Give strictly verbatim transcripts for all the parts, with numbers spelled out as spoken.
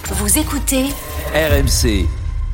Vous écoutez R M C.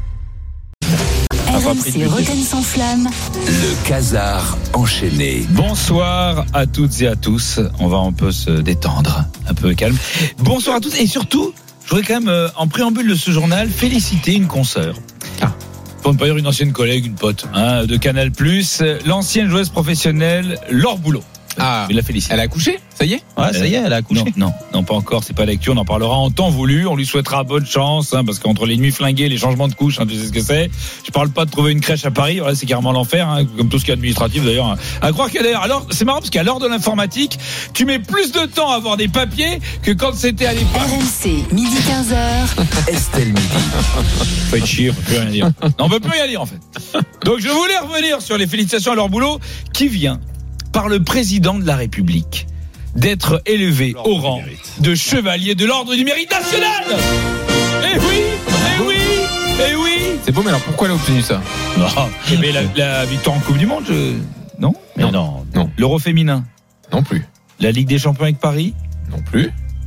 R M C Rotten sans flamme. Le Casar enchaîné. Bonsoir à toutes et à tous. On va un peu se détendre, un peu calme. Bonsoir à tous et surtout, je voudrais quand même, euh, en préambule de ce journal, féliciter une consoeur. Ah. Pour ne pas dire une ancienne collègue, une pote hein, de Canal plus, l'ancienne joueuse professionnelle Laure Boulot. Ah, je la félicite. Elle a accouché, ça y est. Ouais, ça y est, elle a accouché. Non, non, non, pas encore. C'est pas l'actu. On en parlera en temps voulu. On lui souhaitera bonne chance, hein, parce qu'entre les nuits flinguées, les changements de couches, hein, tu sais ce que c'est. Je parle pas de trouver une crèche à Paris. Voilà, c'est carrément l'enfer, hein, comme tout ce qui est administratif d'ailleurs. Hein. À croire qu'à d'ailleurs, alors c'est marrant parce qu'à l'heure de l'informatique, tu mets plus de temps à avoir des papiers que quand c'était à l'époque. R M C, midi quinze heures. Estelle Midi. Faut être chier, on peut plus rien dire. Non, on peut plus rien dire en fait. Donc je voulais revenir sur les félicitations à Laure Boulot, qui vient par le président de la République d'être élevé au rang de chevalier de l'ordre du mérite national. Eh oui, eh oui, eh oui. C'est beau, mais alors pourquoi elle a obtenu ça? Non, mais la, la victoire en Coupe du Monde, je... non, non, non, non. L'Euro féminin, non plus. La Ligue des Champions avec Paris, non plus.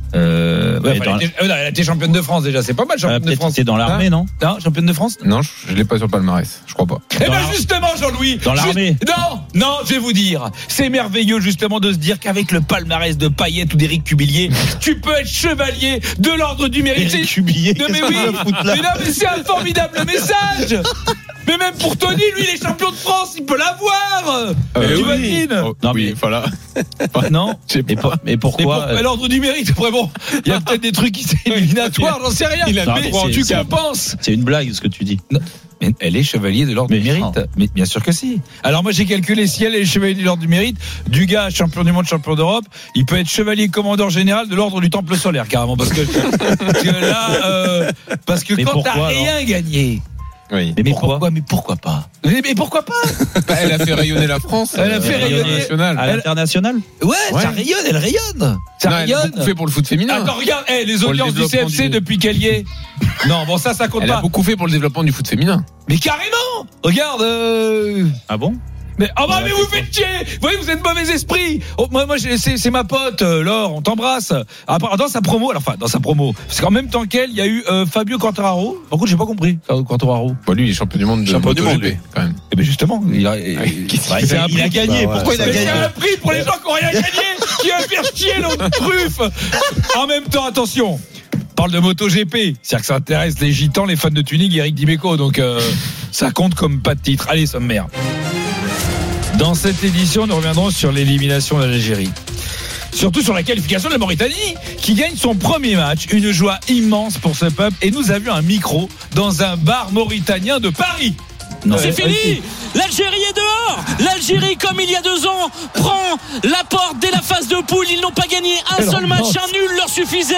Euh, ouais, dans... elle, était, elle a été championne de France déjà, c'est pas mal championne ah, de France. C'est dans l'armée, non? Non, championne de France? Non, je, je l'ai pas sur le palmarès, je crois pas. Eh ben justement, Jean-Louis. Dans l'armée. Juste... Non, non, je vais vous dire, c'est merveilleux justement de se dire qu'avec le palmarès de Payet ou d'Éric Cubillier, tu peux être chevalier de l'ordre du mérite. Éric Cubillier. Non mais oui, mais non mais c'est un formidable message. Mais même pour Tony, lui, il est champion de France, il peut l'avoir. Euh, tu oui. imagines? Oh, non, oui, voilà. Non. Mais, pour, mais pourquoi? Mais pour, l'ordre du mérite, après bon, il y a peut-être des trucs qui sont éliminatoires, j'en sais rien. Il a mais droit, tu c'est, compenses. C'est une blague ce que tu dis. Non. Mais elle est chevalier de l'ordre mais du mérite. non. Mais bien sûr que si. Alors moi j'ai calculé, si elle est chevalier de l'ordre du mérite, du gars champion du monde, champion d'Europe, il peut être chevalier commandeur général de l'ordre du temple solaire carrément, parce que, parce que là, euh, parce que mais quand pourquoi, t'as rien alors gagné. Oui. Mais, mais pourquoi, pourquoi Mais pourquoi pas mais, mais pourquoi pas bah, Elle a fait rayonner la France. Elle a fait euh, rayonner national. À l'international? Ouais, ouais, ça rayonne, elle rayonne. Ça non, rayonne. Elle a beaucoup fait pour le foot féminin. Attends, regarde, hey, les pour audiences du C F C du... depuis qu'elle y est. Non, bon ça, ça compte elle pas. Elle a beaucoup fait pour le développement du foot féminin. Mais carrément. Regarde. Euh... Ah bon? Mais, oh bah, mais vous faites chier! Vous voyez, vous êtes mauvais esprit! Oh, moi, moi, c'est, c'est ma pote, euh, Laure, on t'embrasse. Après, dans sa promo, alors, enfin, dans sa promo. Parce qu'en même temps qu'elle, il y a eu, euh, Fabio Quartararo. Par contre, j'ai pas compris, Quartararo. Bah, lui, il est champion du monde de MotoGP, quand même. Eh ben, justement, il a, il, il, bah, il, a, il a gagné. Bah, ouais. Pourquoi il a gagné? C'est un prix pour les gens qui ont rien gagné, qui va faire chier l'autre truffe! En même temps, attention. Parle de MotoGP, c'est-à-dire que ça intéresse les gitans, les fans de tuning, Eric Dimeco, donc, euh, ça compte comme pas de titre. Allez, sommaire. Dans cette édition, nous reviendrons sur l'élimination de l'Algérie. Surtout sur la qualification de la Mauritanie, qui gagne son premier match. Une joie immense pour ce peuple. Et nous avions un micro dans un bar mauritanien de Paris. Non. C'est fini. L'Algérie est dehors. L'Algérie, comme il y a deux ans, prend la porte dès la phase de poule. Ils n'ont pas gagné un Quelle seul match, ambiance. un nul leur suffisait.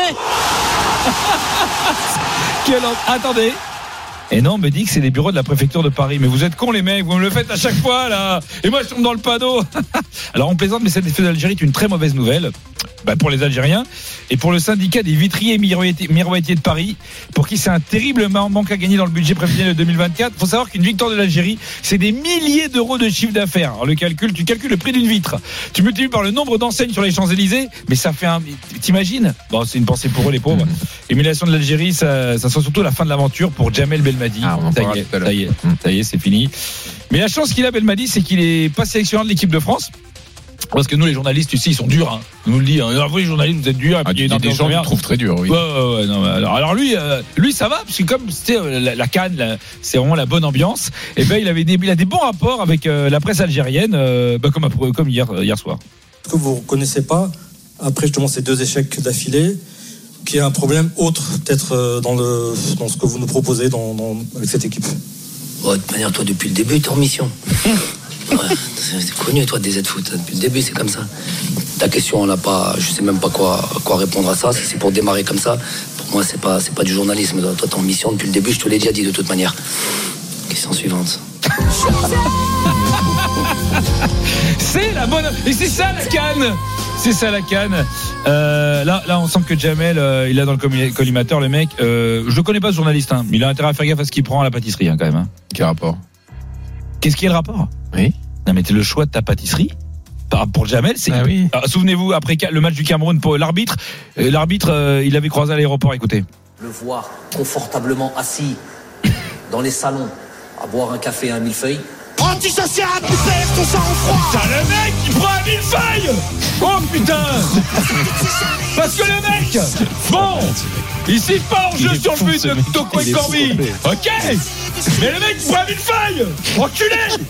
Quelle... Attendez. Et non, on me dit que c'est les bureaux de la préfecture de Paris. Mais vous êtes cons les mecs, vous me le faites à chaque fois là. Et moi je tombe dans le panneau. Alors on plaisante, mais cette défaite d'Algérie est une très mauvaise nouvelle. Bah, pour les Algériens et pour le syndicat des vitriers et miroitiers de Paris, pour qui c'est un terrible manque à gagner dans le budget prévisionnel de deux mille vingt-quatre. Il faut savoir qu'une victoire de l'Algérie, c'est des milliers d'euros de chiffre d'affaires. Alors le calcul, tu calcules le prix d'une vitre, tu multiplies par le nombre d'enseignes sur les Champs-Élysées, mais ça fait un... T'imagines? Bon, c'est une pensée pour eux les pauvres. L'élimination de l'Algérie, ça, ça sera surtout la fin de l'aventure pour Jamel Belmadi. Ah, ça, y est, ça y est, ça y est, c'est fini. Mais la chance qu'il a, Belmadi, c'est qu'il est pas sélectionneur de l'équipe de France. Parce que nous, les journalistes, ici, ils sont durs. Hein. On nous le dit. Hein. Alors, vous, les journalistes, vous êtes durs. Et ah, puis, il y a des gens qui trouvent très dur, oui. Ouais, ouais, ouais, non, alors, alors lui, euh, lui, ça va, parce que comme c'était euh, la, la Cannes, la, c'est vraiment la bonne ambiance. Et ben, il avait des, il a des bons rapports avec euh, la presse algérienne, euh, bah, comme, comme hier, hier soir. Ce que vous ne reconnaissez pas, après justement ces deux échecs d'affilée, qu'il y a un problème autre, peut-être dans, le, dans ce que vous nous proposez dans, dans, avec cette équipe. Oh, de toute manière, toi, depuis le début, t'es en mission. Ouais, c'est connu, toi, des Z-Foot. Depuis le début, c'est comme ça. Ta question, on n'a pas, je sais même pas quoi, quoi répondre à ça. Si c'est pour démarrer comme ça, pour moi, c'est pas, c'est pas du journalisme. Toi, t'es en mission depuis le début, je te l'ai déjà dit de toute manière. Question suivante. C'est la bonne. Et c'est ça la Cannes. C'est ça la Cannes. Euh, là, là, on sent que Jamel, euh, il a dans le collimateur, le mec. Euh, je le connais pas ce journaliste, hein, mais il a intérêt à faire gaffe à ce qu'il prend à la pâtisserie, hein, quand même. Hein. Quel rapport? Qu'est-ce qui est le rapport? Oui. Non, mais c'est le choix de ta pâtisserie. Pour Jamel, c'est. Ah oui. Alors, souvenez-vous, après le match du Cameroun, pour l'arbitre, euh, l'arbitre, euh, il avait croisé à l'aéroport. Écoutez. Le voir confortablement assis dans les salons à boire un café et un millefeuille. Antisocial, tu perds ton sang-froid. Putain, le mec il prend un millefeuille. Oh putain. Parce que le mec, bon, il siffle pas en jeu sur le but de Toko et Corby. Ok. Mais le mec il prend un millefeuille. Enculé.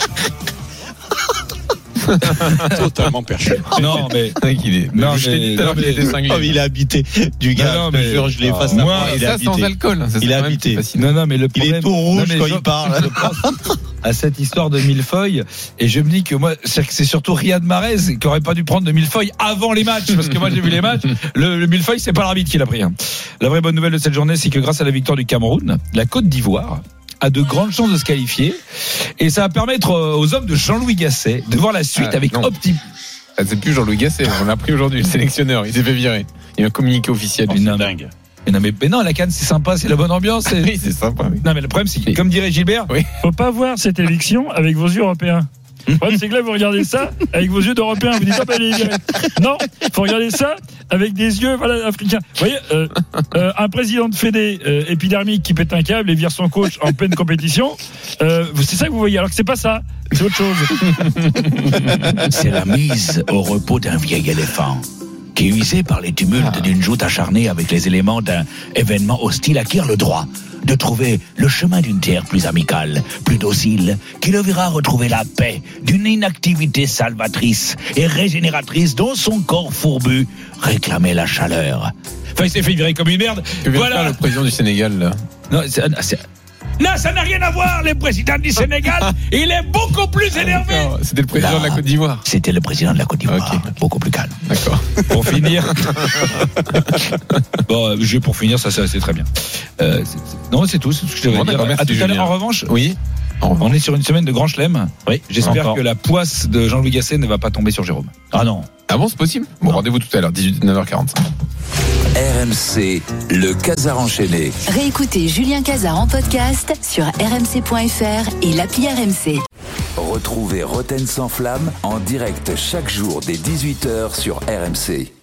Totalement perché. Non mais il est. Non, je t'ai dit tout à l'heure qu'il était cinglé. Oh, il est habité du gars. Non, non, je mais- te jure, je l'ai face à moi, moi. Il est Ça habité. sans alcool. Ça, c'est Il est quand même habité. fascinant. non non mais le Il problème. est tout rouge Non, mais quand je- il parle. je pense à cette histoire de millefeuille et je me dis que moi c'est que c'est surtout Riyad Mahrez qui aurait pas dû prendre de millefeuille avant les matchs parce que moi j'ai vu les matchs. Le, le millefeuille c'est pas l'arbitre qui l'a pris. hein. La vraie bonne nouvelle de cette journée c'est que grâce à la victoire du Cameroun, la Côte d'Ivoire a de grandes chances de se qualifier et ça va permettre aux hommes de Jean-Louis Gasset de voir la suite Ah, avec non. Opti. Ah, c'est plus Jean-Louis Gasset, on l'a appris aujourd'hui, le sélectionneur, il s'est fait virer. Il y a un communiqué officiel. Mais non, dingue. Mais non, mais, mais non, la Cannes c'est sympa, c'est la bonne ambiance. c'est- Oui, c'est sympa. Oui. Non mais le problème c'est que, comme dirait Gilbert, Faut pas voir cette élection avec vos yeux européens. Le problème, c'est que là, vous regardez ça avec vos yeux d'européens. Vous dites, ah, bah, il est viré. Non, faut regarder ça avec des yeux, voilà, africains. Vous voyez, euh, euh, un président de fédé euh, épidermique qui pète un câble et vire son coach en pleine compétition, euh, c'est ça que vous voyez. Alors que c'est pas ça, c'est autre chose. C'est la mise au repos d'un vieil éléphant qui, usé par les tumultes d'une joute acharnée avec les éléments d'un événement hostile, acquiert le droit de trouver le chemin d'une terre plus amicale, plus docile, qui le verra retrouver la paix d'une inactivité salvatrice et régénératrice dont son corps fourbu réclamait la chaleur. enfin il s'est fait virer comme une merde. Que vient de Voilà. faire le président du Sénégal, là. Non, c'est- c'est- non, ça n'a rien à voir. Le président du Sénégal, il est beaucoup plus énervé. D'accord, c'était le président Là, de la Côte d'Ivoire. C'était le président de la Côte d'Ivoire, Ok. beaucoup plus calme. D'accord. Pour finir, bon, euh, je pour finir, ça, ça c'est très bien. Euh, c'est- c'est- non, c'est tout, c'est tout ce que j'avais Bon, à dire. d'accord, merci, À tout à l'heure. Julien. En revanche, Oui. Au revoir. on est sur une semaine de grand chelem. Oui, J'espère encore. que la poisse de Jean-Louis Gasset ne va pas tomber sur Jérôme. Ah non. Ah bon, c'est possible? Bon, rendez-vous tout à l'heure, dix-huit neuf heures quarante-cinq. R M C, le Casar enchaîné. Réécoutez Julien Cazard en podcast sur r m c point f r et l'appli R M C. Retrouvez Roten sans flamme en direct chaque jour dès dix-huit heures sur R M C.